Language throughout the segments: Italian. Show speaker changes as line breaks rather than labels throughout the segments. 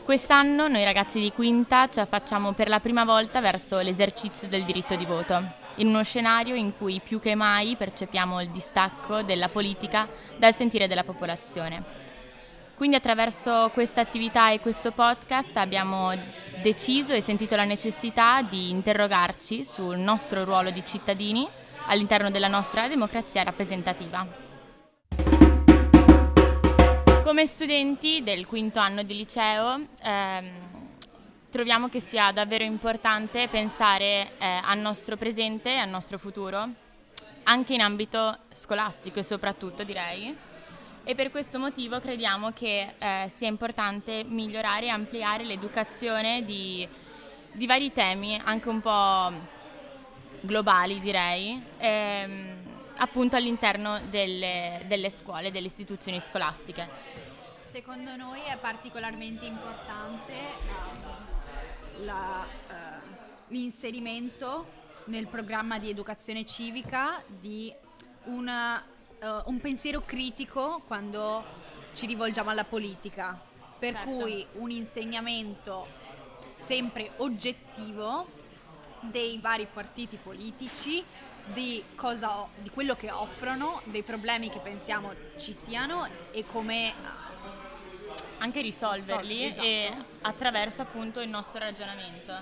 Quest'anno noi ragazzi di quinta ci affacciamo per la prima volta verso l'esercizio del diritto di voto, in uno scenario in cui più che mai percepiamo il distacco della politica dal sentire della popolazione. Quindi attraverso questa attività e questo podcast abbiamo deciso e sentito la necessità di interrogarci sul nostro ruolo di cittadini all'interno della nostra democrazia rappresentativa. Come studenti del quinto anno di liceo troviamo che sia davvero importante pensare al nostro presente e al nostro futuro, anche in ambito scolastico e soprattutto direi, e per questo motivo crediamo che sia importante migliorare e ampliare l'educazione di vari temi, anche un po' globali direi, appunto all'interno delle scuole, delle istituzioni scolastiche.
Secondo noi è particolarmente importante l'inserimento nel programma di educazione civica di un pensiero critico quando ci rivolgiamo alla politica, per
Certo.
cui un insegnamento sempre oggettivo dei vari partiti politici, di quello che offrono, dei problemi che pensiamo ci siano e come
Anche risolverli
Esatto.
e attraverso appunto il nostro ragionamento.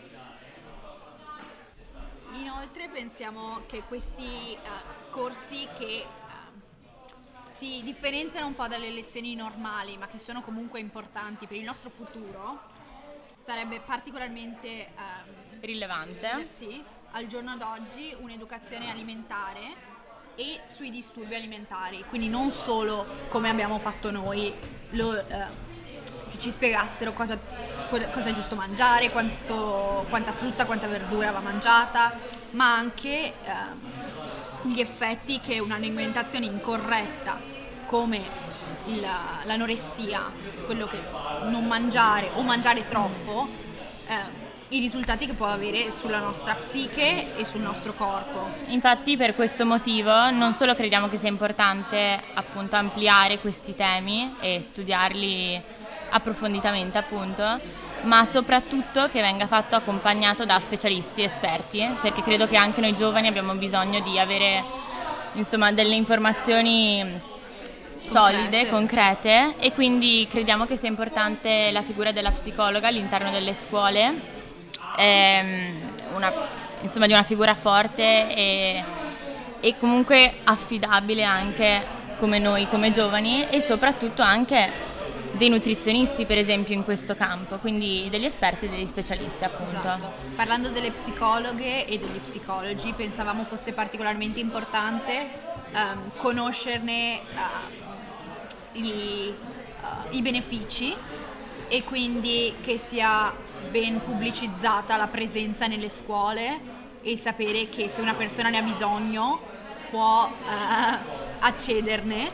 Inoltre pensiamo che questi corsi che si differenziano un po' dalle lezioni normali, ma che sono comunque importanti per il nostro futuro, sarebbe particolarmente
Rilevante.
sì, al giorno d'oggi un'educazione alimentare e sui disturbi alimentari, quindi non solo come abbiamo fatto noi, che ci spiegassero cosa è giusto mangiare, quanta frutta, quanta verdura va mangiata, ma anche gli effetti che un'alimentazione incorretta come l'anoressia, quello che non mangiare o mangiare troppo, i risultati che può avere sulla nostra psiche e sul nostro corpo.
Infatti per questo motivo non solo crediamo che sia importante appunto ampliare questi temi e studiarli approfonditamente appunto, ma soprattutto che venga fatto accompagnato da specialisti esperti, perché credo che anche noi giovani abbiamo bisogno di avere insomma delle informazioni solide, concrete, e quindi crediamo che sia importante la figura della psicologa all'interno delle scuole, insomma di una figura forte e comunque affidabile anche come noi, come giovani, e soprattutto anche dei nutrizionisti per esempio in questo campo, quindi degli esperti e degli specialisti appunto.
Esatto. Parlando delle psicologhe e degli psicologi, pensavamo fosse particolarmente importante conoscerne i benefici e quindi che sia ben pubblicizzata la presenza nelle scuole e sapere che se una persona ne ha bisogno può accederne.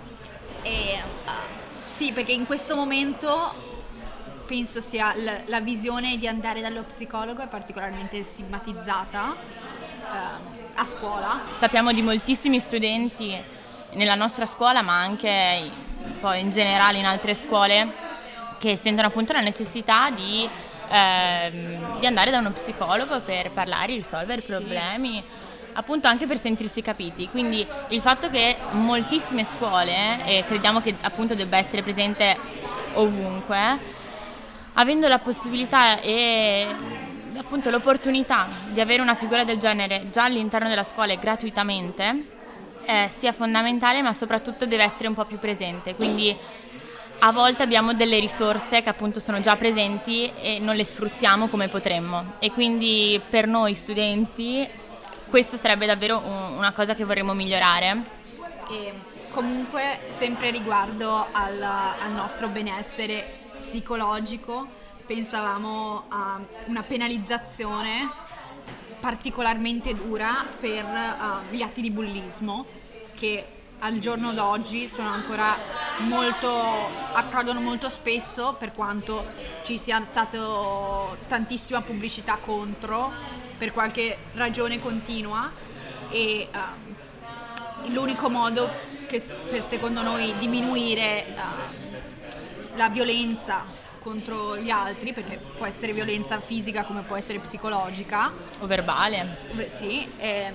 Sì, perché in questo momento penso sia la visione di andare dallo psicologo è particolarmente stigmatizzata a scuola.
Sappiamo di moltissimi studenti nella nostra scuola, ma anche poi in generale in altre scuole, che sentono appunto la necessità di andare da uno psicologo per parlare, risolvere problemi, appunto anche per sentirsi capiti. Quindi il fatto che moltissime scuole, e crediamo che appunto debba essere presente ovunque, avendo la possibilità e appunto l'opportunità di avere una figura del genere già all'interno della scuola e gratuitamente, sia fondamentale, ma soprattutto deve essere un po' più presente. Quindi a volte abbiamo delle risorse che appunto sono già presenti e non le sfruttiamo come potremmo, e quindi per noi studenti questo sarebbe davvero una cosa che vorremmo migliorare.
E comunque sempre riguardo al nostro benessere psicologico pensavamo a una penalizzazione particolarmente dura per gli atti di bullismo che al giorno d'oggi sono ancora accadono molto spesso, per quanto ci sia stata tantissima pubblicità contro per qualche ragione continua, e l'unico modo per secondo noi diminuire la violenza contro gli altri, perché può essere violenza fisica come può essere psicologica
o verbale.
sì,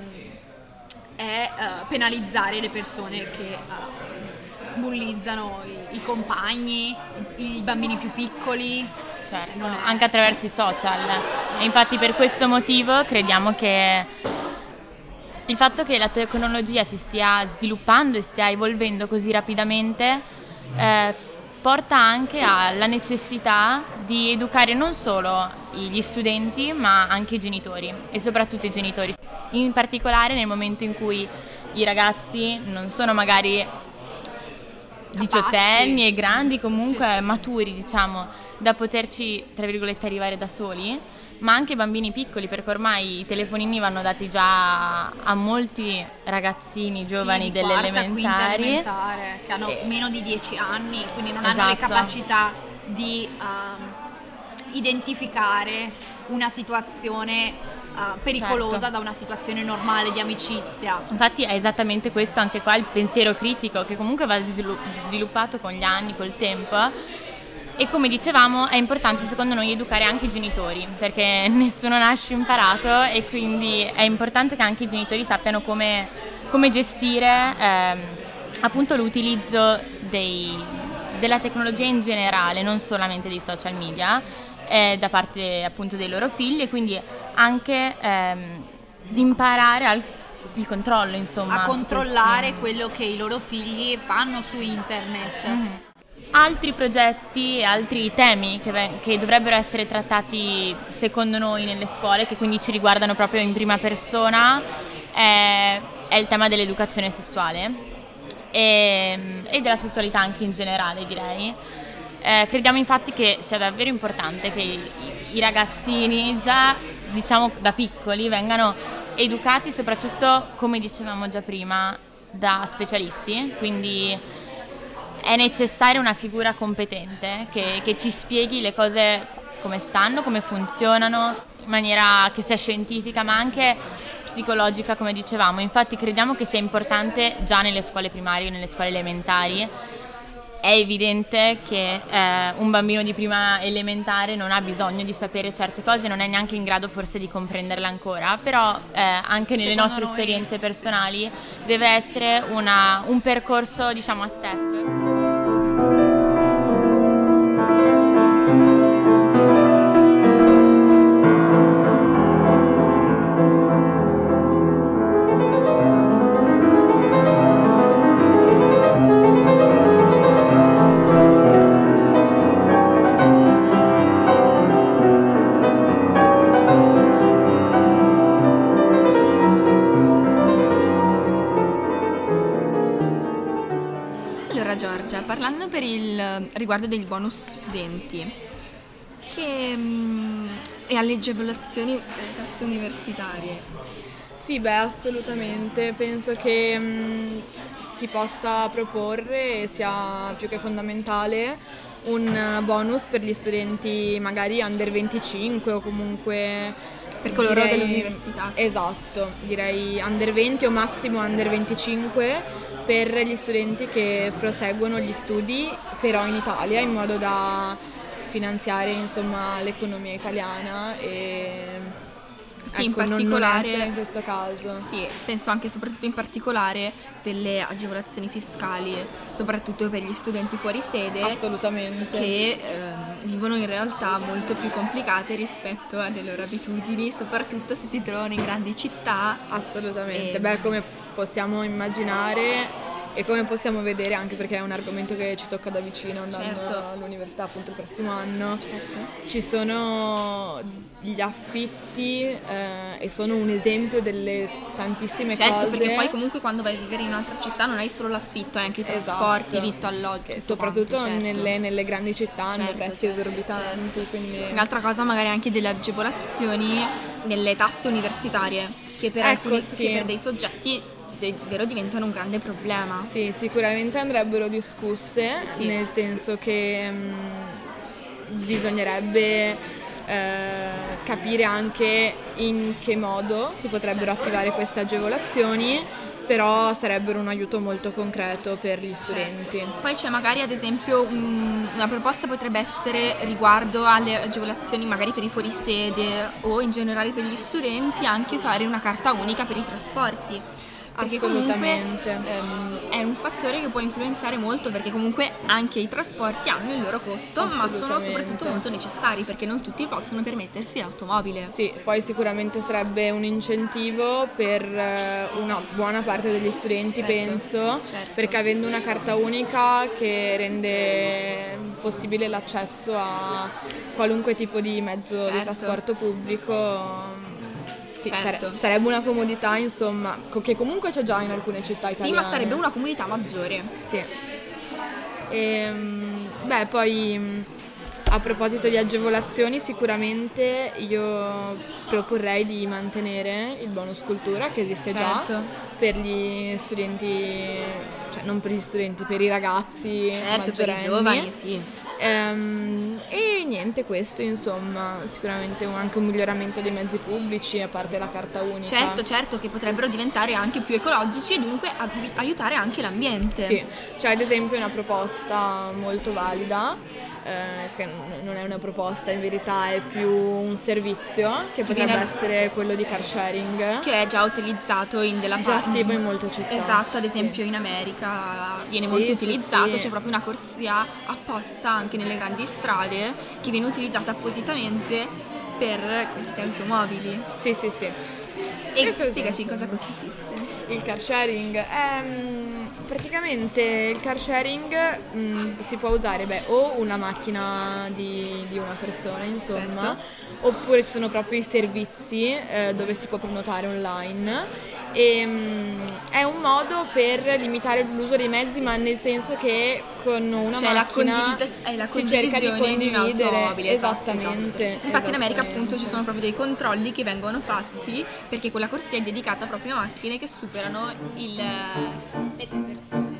è penalizzare le persone che bullizzano i compagni, i bambini più piccoli.
Certo, anche attraverso i social. E infatti per questo motivo crediamo che il fatto che la tecnologia si stia sviluppando e stia evolvendo così rapidamente porta anche alla necessità di educare non solo gli studenti ma anche i genitori, e soprattutto i genitori, in particolare nel momento in cui i ragazzi non sono magari diciottenni e grandi, comunque maturi, diciamo, da poterci, tra virgolette, arrivare da soli, ma anche bambini piccoli, perché ormai i telefonini vanno dati già a molti ragazzini giovani
di
delle
quarta,
elementari,
quinta elementare, che hanno meno di 10 anni, quindi non hanno le
Esatto.
capacità di identificare una situazione pericolosa
Certo.
da una situazione normale di amicizia.
Infatti è esattamente questo anche qua il pensiero critico, che comunque va sviluppato con gli anni, col tempo. E come dicevamo è importante secondo noi educare anche i genitori, perché nessuno nasce imparato, e quindi è importante che anche i genitori sappiano come gestire appunto l'utilizzo della tecnologia in generale, non solamente dei social media, da parte appunto dei loro figli, e quindi anche imparare il controllo, insomma,
A
su
controllare
questi.
quello che i loro figli fanno su internet.
Mhm. Altri progetti, altri temi che dovrebbero essere trattati secondo noi nelle scuole, che quindi ci riguardano proprio in prima persona, è il tema dell'educazione sessuale e della sessualità anche in generale, direi. Crediamo infatti che sia davvero importante che i ragazzini già, diciamo, da piccoli vengano educati, soprattutto, come dicevamo già prima, da specialisti, quindi è necessaria una figura competente che ci spieghi le cose come stanno, come funzionano, in maniera che sia scientifica ma anche psicologica, come dicevamo. Infatti crediamo che sia importante già nelle scuole primarie, nelle scuole elementari. È evidente che un bambino di prima elementare non ha bisogno di sapere certe cose, non è neanche in grado forse di comprenderle ancora, però anche nelle
Secondo
nostre
noi,
esperienze personali deve essere un percorso, diciamo, a step.
Allora Giorgia, parlando per il riguardo dei bonus studenti e alle agevolazioni delle tasse universitarie.
Sì, beh, assolutamente. Penso che si possa proporre e sia più che fondamentale un bonus per gli studenti magari under 25 o comunque
Per coloro dell'università.
Esatto, direi under 20 o massimo under 25 per gli studenti che proseguono gli studi però in Italia, in modo da finanziare insomma l'economia italiana e
Sì,
ecco,
in
non
particolare
essere in questo caso.
Sì, penso anche soprattutto in particolare delle agevolazioni fiscali, soprattutto per gli studenti fuori sede,
Assolutamente.
che vivono in realtà molto più complicate rispetto alle loro abitudini, soprattutto se si trovano in grandi città.
Assolutamente,
E-
beh, come possiamo immaginare e come possiamo vedere, anche perché è un argomento che ci tocca da vicino andando
Certo.
all'università appunto il prossimo anno, ci sono gli affitti e sono un esempio delle tantissime
Certo,
cose
perché poi comunque quando vai a vivere in un'altra città non hai solo l'affitto, hai anche i trasporti,
Esatto.
vitto, alloggio,
Che
tutto
soprattutto
quanto, certo.
nelle grandi città hanno
Certo,
prezzi
certo,
esorbitanti, quindi
Un'altra cosa magari anche delle agevolazioni nelle tasse universitarie, che per,
Ecco,
alcuni,
sì.
che per dei soggetti davvero diventano un grande problema.
sì, sicuramente andrebbero discusse,
Sì.
nel senso che bisognerebbe capire anche in che modo si potrebbero attivare queste agevolazioni però sarebbero un aiuto molto concreto per gli studenti.
Poi c'è magari ad esempio una proposta potrebbe essere riguardo alle agevolazioni magari per i fuorisede o in generale per gli studenti anche fare una carta unica per i trasporti. Perché
Assolutamente.
comunque è un fattore che può influenzare molto, perché comunque anche i trasporti hanno il loro costo, ma sono soprattutto molto necessari perché non tutti possono permettersi l'automobile.
Sì, poi sicuramente sarebbe un incentivo per una buona parte degli studenti, penso, perché avendo una carta unica che rende possibile l'accesso a qualunque tipo di mezzo di trasporto pubblico. Sì, sarebbe una comodità, insomma, che comunque c'è già in alcune città italiane.
Sì, ma sarebbe una comodità maggiore.
Sì. Poi a proposito di agevolazioni, sicuramente io proporrei di mantenere il bonus cultura che esiste già per gli studenti, cioè non per gli studenti, per i ragazzi maggiorenni.
Per i giovani, sì.
E niente, questo insomma, sicuramente anche un miglioramento dei mezzi pubblici, a parte la carta unica.
Certo, che potrebbero diventare anche più ecologici e dunque aiutare anche l'ambiente.
Sì, c'è ad esempio una proposta molto valida, che non è una proposta, in verità è più un servizio, che potrebbe essere quello di car sharing.
Che è già utilizzato
già attivo in molte città.
Esatto, ad esempio in America viene molto utilizzato, c'è proprio una corsia apposta anche nelle grandi strade che viene utilizzata appositamente per queste automobili.
Sì.
E spiegaci in cosa consiste.
Il car sharing praticamente il car sharing si può usare o una macchina di una persona, insomma, oppure ci sono proprio i servizi dove si può prenotare online. È un modo per limitare l'uso dei mezzi, ma nel senso che con una macchina si cerca di condividere. Esattamente.
Infatti in America appunto ci sono proprio dei controlli che vengono fatti, perché quella corsia è dedicata proprio a macchine che superano le 3 persone.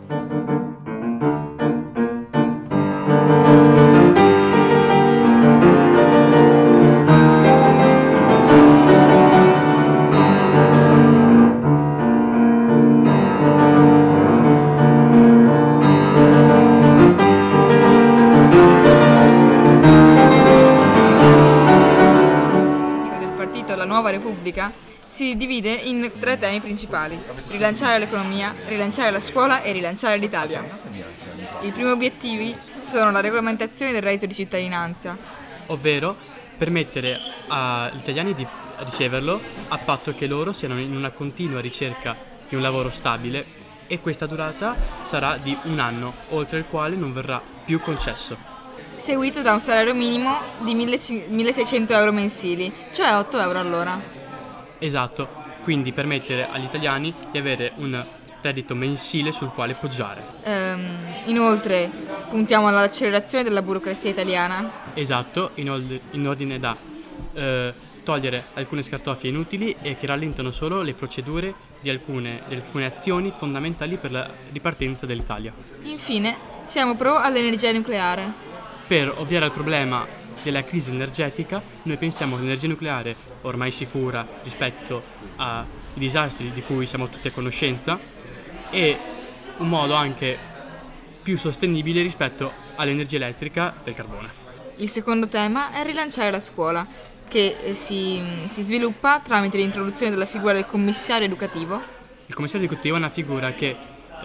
Repubblica si divide in 3 temi principali: rilanciare l'economia, rilanciare la scuola e rilanciare l'Italia. I primi obiettivi sono la regolamentazione del reddito di cittadinanza,
ovvero permettere agli italiani di riceverlo a patto che loro siano in una continua ricerca di un lavoro stabile, e questa durata sarà di 1 anno, oltre il quale non verrà più concesso.
Seguito da un salario minimo di 1.600 euro mensili, cioè 8 euro all'ora.
Esatto, quindi permettere agli italiani di avere un reddito mensile sul quale poggiare.
Inoltre puntiamo all'accelerazione della burocrazia italiana.
Esatto, in ordine da togliere alcune scartoffie inutili e che rallentano solo le procedure di alcune azioni fondamentali per la ripartenza dell'Italia.
Infine siamo pro all'energia nucleare.
Per ovviare al problema della crisi energetica, noi pensiamo che l'energia nucleare, ormai sicura rispetto ai disastri di cui siamo tutti a conoscenza, è un modo anche più sostenibile rispetto all'energia elettrica del carbone.
Il secondo tema è rilanciare la scuola, che si sviluppa tramite l'introduzione della figura del commissario educativo.
Il commissario educativo è una figura che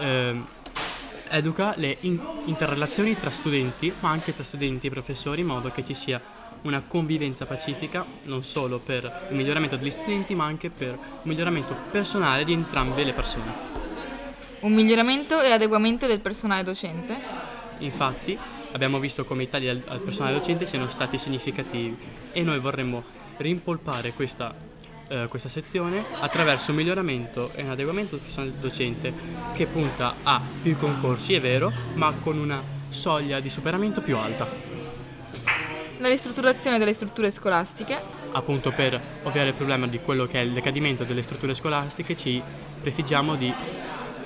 educa le interrelazioni tra studenti, ma anche tra studenti e professori, in modo che ci sia una convivenza pacifica, non solo per il miglioramento degli studenti, ma anche per il miglioramento personale di entrambe le persone.
Un miglioramento e adeguamento del personale docente.
Infatti, abbiamo visto come i tagli al personale docente siano stati significativi, e noi vorremmo rimpolpare questa sezione attraverso un miglioramento e un adeguamento del personale docente che punta a più concorsi, è vero, ma con una soglia di superamento più alta.
La ristrutturazione delle strutture scolastiche.
Appunto, per ovviare il problema di quello che è il decadimento delle strutture scolastiche, ci prefiggiamo di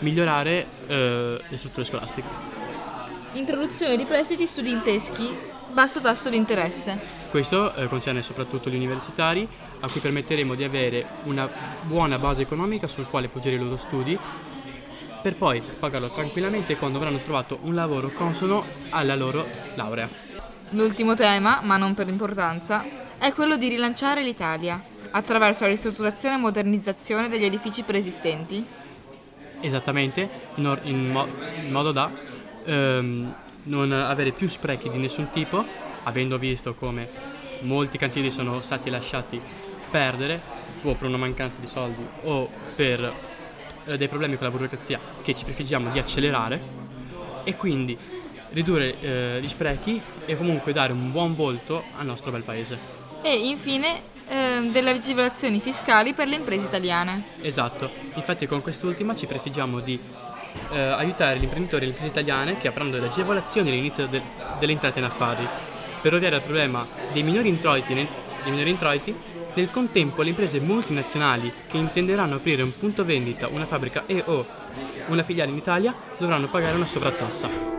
migliorare le strutture scolastiche.
Introduzione di prestiti studenteschi basso tasso di interesse.
Questo concerne soprattutto gli universitari, a cui permetteremo di avere una buona base economica sul quale poggiare i loro studi, per poi pagarlo tranquillamente quando avranno trovato un lavoro consono alla loro laurea.
L'ultimo tema, ma non per importanza, è quello di rilanciare l'Italia attraverso la ristrutturazione e modernizzazione degli edifici preesistenti.
Esattamente, in modo da non avere più sprechi di nessun tipo, avendo visto come molti cantieri sono stati lasciati perdere, o per una mancanza di soldi o per dei problemi con la burocrazia che ci prefiggiamo di accelerare, e quindi ridurre gli sprechi e comunque dare un buon volto al nostro bel paese.
E infine delle agevolazioni fiscali per le imprese italiane.
Esatto, infatti con quest'ultima ci prefiggiamo di aiutare gli imprenditori e le imprese italiane che avranno delle agevolazioni all'inizio delle entrate in affari, per ovviare al problema dei minori introiti. Nel contempo le imprese multinazionali che intenderanno aprire un punto vendita, una fabbrica e o una filiale in Italia dovranno pagare una sovrattassa.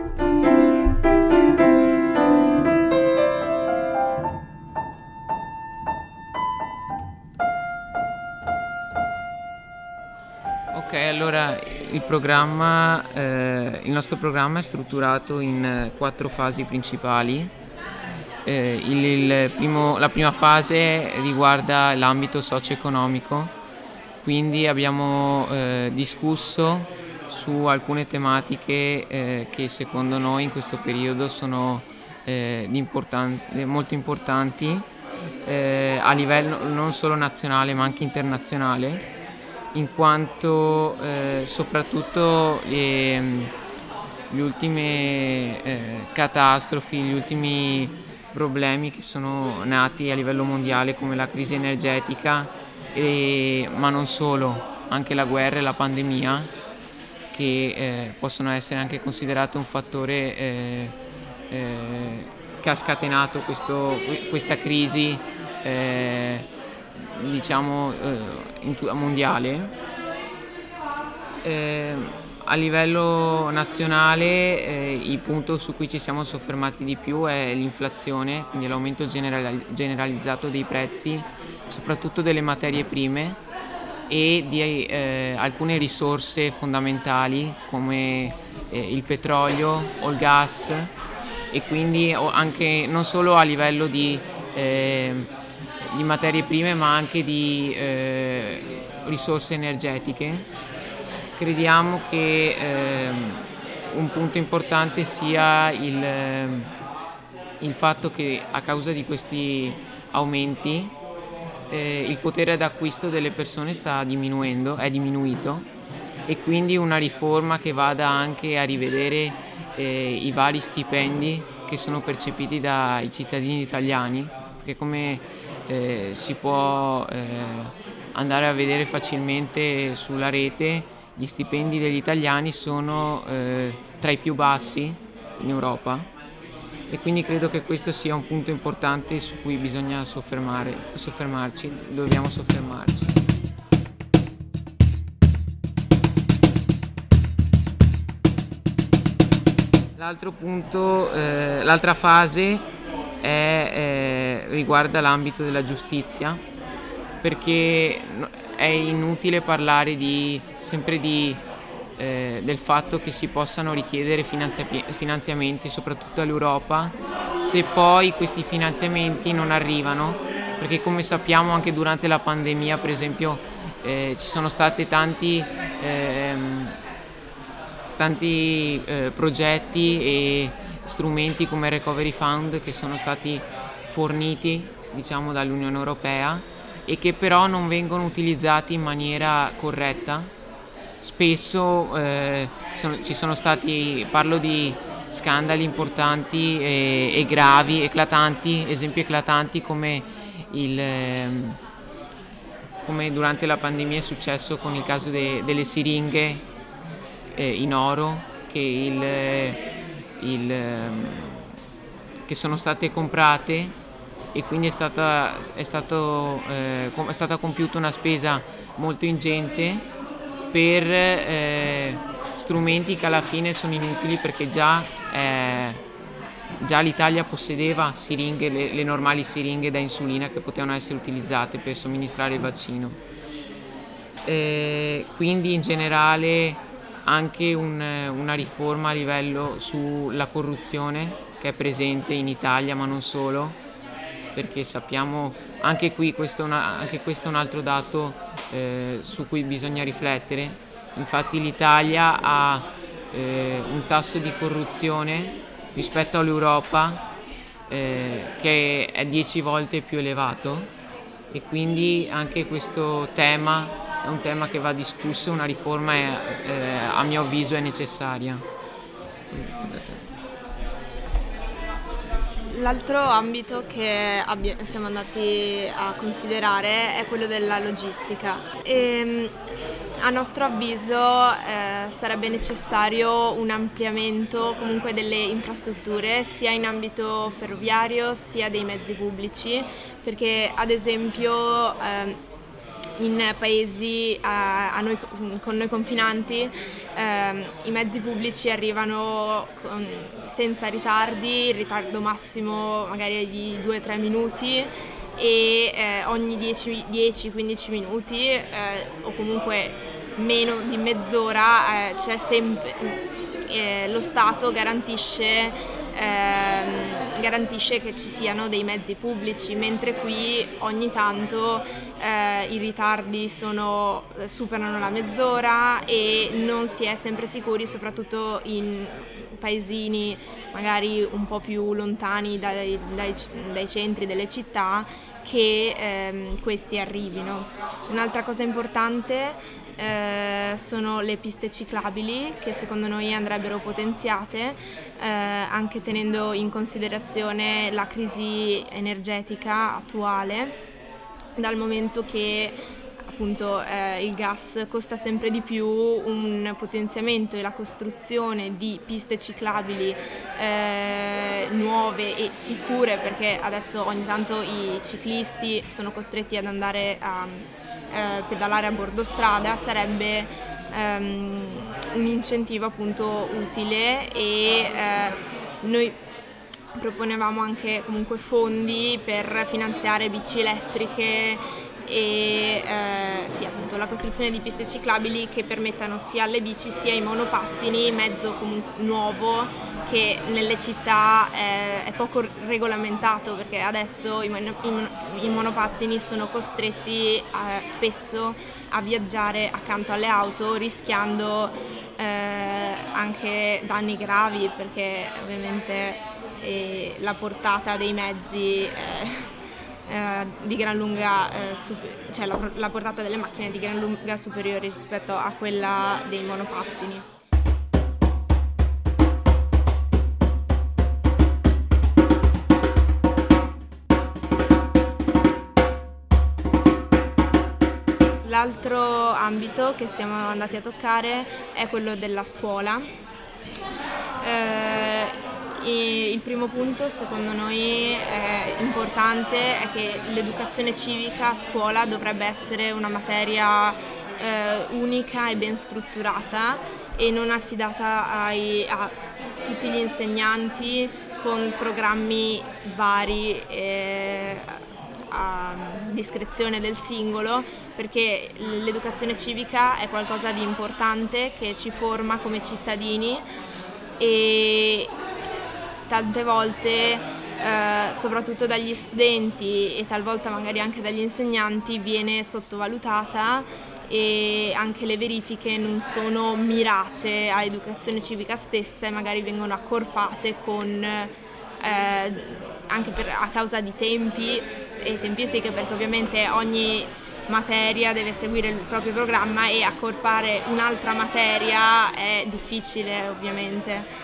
Ok, allora il nostro programma è strutturato in 4 fasi principali. La prima fase riguarda l'ambito socio-economico, quindi abbiamo discusso su alcune tematiche che secondo noi in questo periodo sono molto importanti a livello non solo nazionale ma anche internazionale, in quanto soprattutto le ultime catastrofi, gli ultimi problemi che sono nati a livello mondiale come la crisi energetica, ma non solo, anche la guerra e la pandemia, che possono essere anche considerate un fattore che ha scatenato questa crisi mondiale. A livello nazionale il punto su cui ci siamo soffermati di più è l'inflazione, quindi l'aumento generalizzato dei prezzi, soprattutto delle materie prime e di alcune risorse fondamentali come il petrolio o il gas, e quindi anche non solo a livello di materie prime ma anche di risorse energetiche. Crediamo che un punto importante sia il fatto che a causa di questi aumenti il potere d'acquisto delle persone è diminuito, e quindi una riforma che vada anche a rivedere i vari stipendi che sono percepiti dai cittadini italiani, perché come si può andare a vedere facilmente sulla rete, gli stipendi degli italiani sono tra i più bassi in Europa, e quindi credo che questo sia un punto importante su cui dobbiamo soffermarci. L'altro punto, l'altra fase riguarda l'ambito della giustizia, perché è inutile parlare sempre del fatto che si possano richiedere finanziamenti, soprattutto all'Europa, se poi questi finanziamenti non arrivano, perché come sappiamo anche durante la pandemia, per esempio, ci sono stati tanti progetti e strumenti come Recovery Fund che sono stati forniti, dall'Unione Europea, e che però non vengono utilizzati in maniera corretta. Spesso ci sono stati, parlo di scandali importanti e gravi, esempi eclatanti come durante la pandemia è successo con il caso delle siringhe in ora che sono state comprate, e quindi è stata compiuta una spesa molto ingente per strumenti che alla fine sono inutili, perché già già l'Italia possedeva siringhe, le normali siringhe da insulina che potevano essere utilizzate per somministrare il vaccino. Quindi in generale anche una riforma a livello sulla corruzione che è presente in Italia, ma non solo, perché sappiamo, anche questo è un altro dato su cui bisogna riflettere. Infatti l'Italia ha un tasso di corruzione rispetto all'Europa che è 10 volte più elevato, e quindi anche questo tema è un tema che va discusso. Una riforma a mio avviso è necessaria.
L'altro ambito che siamo andati a considerare è quello della logistica. A nostro avviso sarebbe necessario un ampliamento comunque delle infrastrutture, sia in ambito ferroviario sia dei mezzi pubblici, perché ad esempio in paesi con noi confinanti i mezzi pubblici arrivano senza ritardi, il ritardo massimo magari è di 2-3 minuti, e ogni 10-15 minuti o comunque meno di mezz'ora c'è sempre lo Stato garantisce che ci siano dei mezzi pubblici, mentre qui ogni tanto i ritardi superano la mezz'ora e non si è sempre sicuri, soprattutto in paesini magari un po' più lontani dai centri delle città, che questi arrivino. Un'altra cosa importante sono le piste ciclabili, che secondo noi andrebbero potenziate, anche tenendo in considerazione la crisi energetica attuale, dal momento che appunto il gas costa sempre di più. Un potenziamento e la costruzione di piste ciclabili nuove e sicure, perché adesso ogni tanto i ciclisti sono costretti ad andare a pedalare a bordo strada, sarebbe un incentivo appunto utile, e noi proponevamo anche comunque fondi per finanziare bici elettriche e appunto la costruzione di piste ciclabili che permettano sia alle bici sia ai monopattini, mezzo nuovo che nelle città è poco regolamentato, perché adesso i monopattini sono costretti spesso a viaggiare accanto alle auto, rischiando anche danni gravi, perché ovviamente la portata dei mezzi di gran lunga cioè la portata delle macchine è di gran lunga superiore rispetto a quella dei monopattini. L'altro ambito che siamo andati a toccare è quello della scuola. Il primo punto secondo noi importante è che l'educazione civica a scuola dovrebbe essere una materia unica e ben strutturata, e non affidata a tutti gli insegnanti con programmi vari a discrezione del singolo, perché l'educazione civica è qualcosa di importante che ci forma come cittadini, e tante volte soprattutto dagli studenti e talvolta magari anche dagli insegnanti viene sottovalutata, e anche le verifiche non sono mirate a educazione civica stessa e magari vengono accorpate anche a causa di tempi e tempistiche, perché ovviamente ogni materia deve seguire il proprio programma e accorpare un'altra materia è difficile ovviamente.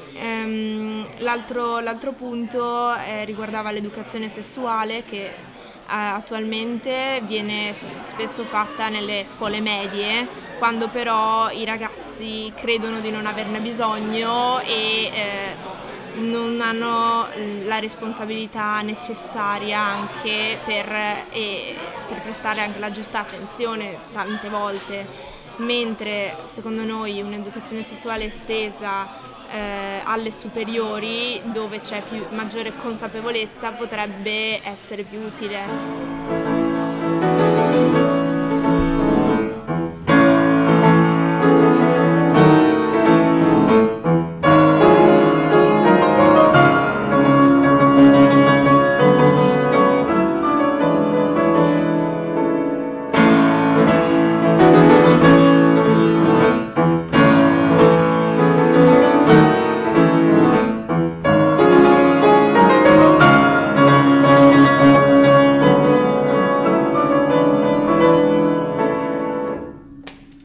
L'altro punto riguardava l'educazione sessuale, che attualmente viene spesso fatta nelle scuole medie, quando però i ragazzi credono di non averne bisogno e non hanno la responsabilità necessaria anche per prestare anche la giusta attenzione tante volte. mentre secondo noi un'educazione sessuale estesa alle superiori, dove c'è maggiore consapevolezza, potrebbe essere più utile.